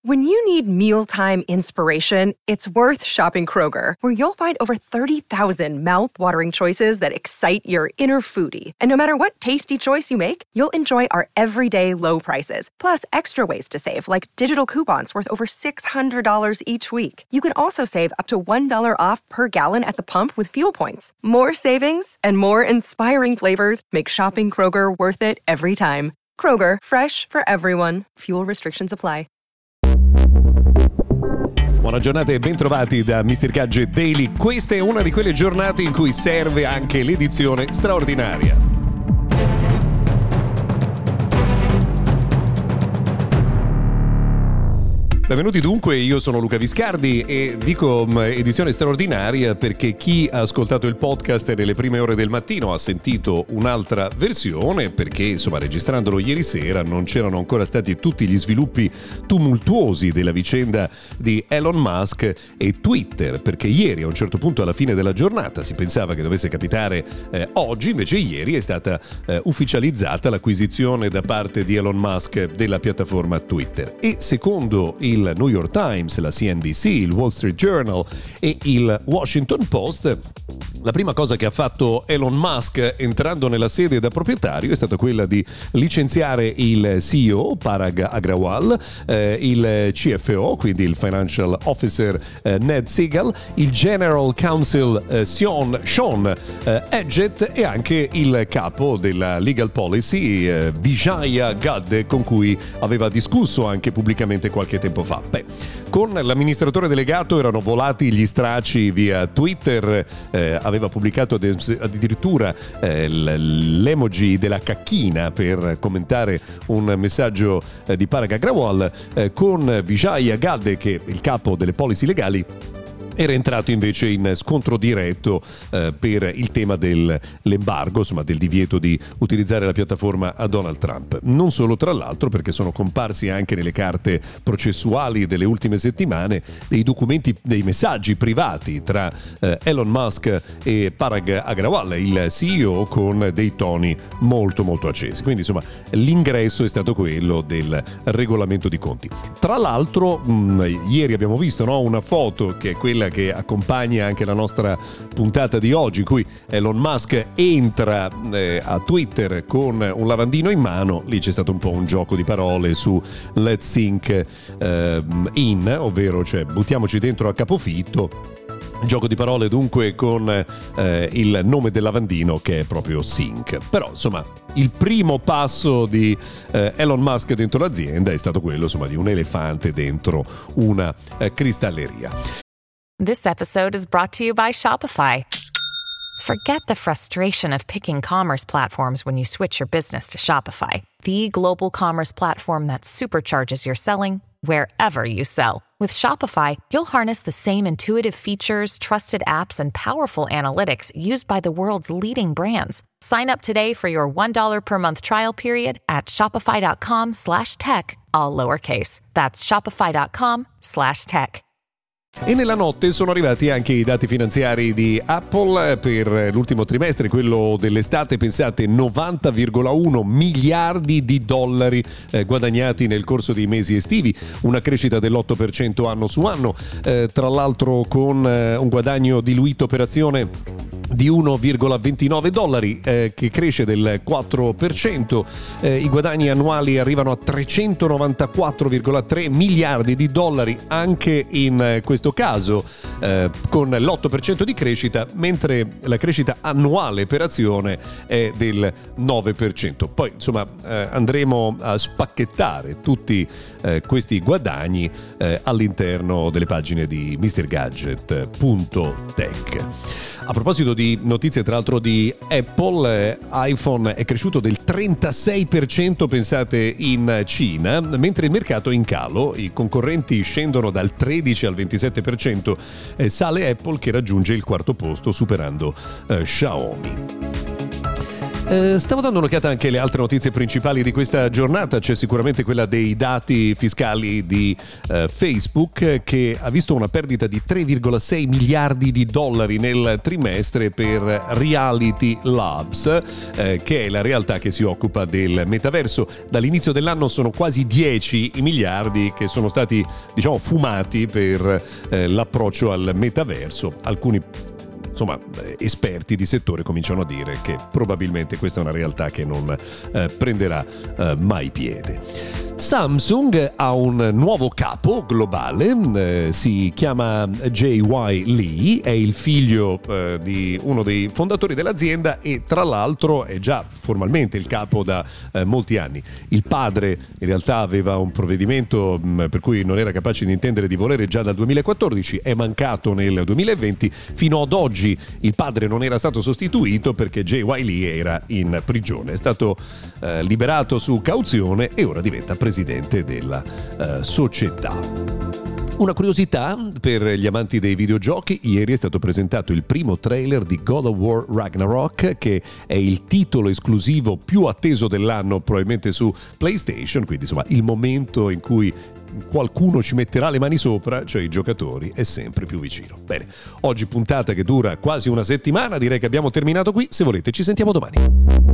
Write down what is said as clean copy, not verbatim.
When you need mealtime inspiration, it's worth shopping Kroger, where you'll find over 30,000 mouth-watering choices that excite your inner foodie. And no matter what tasty choice you make, you'll enjoy our everyday low prices, plus extra ways to save, like digital coupons worth over $600 each week. You can also save up to $1 off per gallon at the pump with fuel points. More savings and more inspiring flavors make shopping Kroger worth it every time. Kroger, fresh for everyone. Fuel restrictions apply. Buona giornata e bentrovati da Mr. Gadget Daily. Questa è una di quelle giornate in cui serve anche l'edizione straordinaria. Benvenuti dunque, io sono Luca Viscardi e dico edizione straordinaria perché chi ha ascoltato il podcast nelle prime ore del mattino ha sentito un'altra versione, perché insomma registrandolo ieri sera non c'erano ancora stati tutti gli sviluppi tumultuosi della vicenda di Elon Musk e Twitter, perché ieri a un certo punto alla fine della giornata si pensava che dovesse capitare oggi, invece ieri è stata ufficializzata l'acquisizione da parte di Elon Musk della piattaforma Twitter e secondo il New York Times, la CNBC, il Wall Street Journal e il Washington Post, la prima cosa che ha fatto Elon Musk entrando nella sede da proprietario è stata quella di licenziare il CEO Parag Agrawal, il CFO, quindi il Financial Officer Ned Segal, il General Counsel Sean Edgett e anche il capo della Legal Policy Vijaya Gadde, con cui aveva discusso anche pubblicamente qualche tempo fa. Con l'amministratore delegato erano volati gli stracci via Twitter, aveva pubblicato addirittura l'emoji della cacchina per commentare un messaggio di Parag Agrawal, con Vijaya Gadde, che è il capo delle policy legali, era entrato invece in scontro diretto per il tema dell'embargo, insomma del divieto di utilizzare la piattaforma a Donald Trump. Non solo, tra l'altro, perché sono comparsi anche nelle carte processuali delle ultime settimane dei documenti, dei messaggi privati tra Elon Musk e Parag Agrawal, il CEO, con dei toni molto molto accesi. Quindi insomma l'ingresso è stato quello del regolamento di conti. Tra l'altro ieri abbiamo visto una foto che è quella che accompagna anche la nostra puntata di oggi, in cui Elon Musk entra a Twitter con un lavandino in mano. Lì c'è stato un po' un gioco di parole su let's sink in, ovvero cioè buttiamoci dentro a capofitto. Gioco di parole dunque con il nome del lavandino, che è proprio Sync. Però insomma il primo passo di Elon Musk dentro l'azienda è stato quello insomma di un elefante dentro una cristalleria. This episode is brought to you by Shopify. Forget the frustration of picking commerce platforms when you switch your business to Shopify, the global commerce platform that supercharges your selling wherever you sell. With Shopify, you'll harness the same intuitive features, trusted apps, and powerful analytics used by the world's leading brands. Sign up today for your $1 per month trial period at shopify.com/tech, all lowercase. That's shopify.com/tech. E nella notte sono arrivati anche i dati finanziari di Apple per l'ultimo trimestre, quello dell'estate. Pensate, 90,1 miliardi di dollari guadagnati nel corso dei mesi estivi, una crescita dell'8% anno su anno, tra l'altro con un guadagno diluito per azione di $1,29 che cresce del 4%. I guadagni annuali arrivano a 394,3 miliardi di dollari anche in questo caso, con l'8% di crescita, mentre la crescita annuale per azione è del 9%. Poi insomma andremo a spacchettare tutti questi guadagni all'interno delle pagine di MrGadget.tech. A proposito di notizie tra l'altro di Apple, iPhone è cresciuto del 36%, pensate, in Cina, mentre il mercato è in calo, i concorrenti scendono dal 13 al 27%, sale Apple che raggiunge il quarto posto superando Xiaomi. Stavo dando un'occhiata anche alle altre notizie principali di questa giornata. C'è sicuramente quella dei dati fiscali di Facebook, che ha visto una perdita di 3,6 miliardi di dollari nel trimestre per Reality Labs, che è la realtà che si occupa del metaverso. Dall'inizio dell'anno sono quasi 10 i miliardi che sono stati, diciamo, fumati per l'approccio al metaverso. Alcuni esperti di settore cominciano a dire che probabilmente questa è una realtà che non prenderà mai piede. Samsung ha un nuovo capo globale, si chiama J.Y. Lee, è il figlio di uno dei fondatori dell'azienda e tra l'altro è già formalmente il capo da molti anni. Il padre in realtà aveva un provvedimento per cui non era capace di intendere di volere già dal 2014, è mancato nel 2020, fino ad oggi il padre non era stato sostituito perché J.Y. Lee era in prigione, è stato liberato su cauzione e ora diventa presidente della società. Una curiosità per gli amanti dei videogiochi: ieri è stato presentato il primo trailer di God of War Ragnarok, che è il titolo esclusivo più atteso dell'anno probabilmente su PlayStation, quindi insomma il momento in cui qualcuno ci metterà le mani sopra, cioè i giocatori, è sempre più vicino. Bene, oggi puntata che dura quasi una settimana, direi che abbiamo terminato qui. Se volete ci sentiamo domani.